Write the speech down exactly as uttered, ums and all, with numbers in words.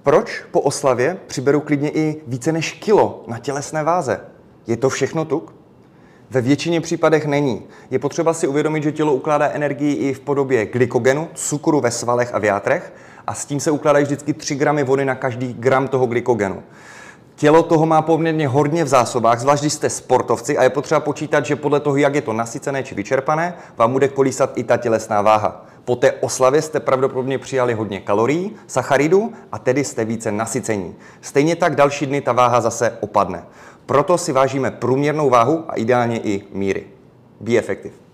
Proč po oslavě přiberu klidně i více než kilo na tělesné váze? Je to všechno tuk? Ve většině případech není. Je potřeba si uvědomit, že tělo ukládá energii i v podobě glykogenu, cukru ve svalech a v játrech, a s tím se ukládají vždycky tři gramy vody na každý gram toho glykogenu. Tělo toho má poměrně hodně v zásobách, zvlášť když jste sportovci, a je potřeba počítat, že podle toho, jak je to nasycené či vyčerpané, vám bude kolísat i ta tělesná váha. Po té oslavě jste pravděpodobně přijali hodně kalorií, sacharidů, a tedy jste více nasycení. Stejně tak další dny ta váha zase opadne. Proto si vážíme průměrnou váhu a ideálně i míry. Be effective.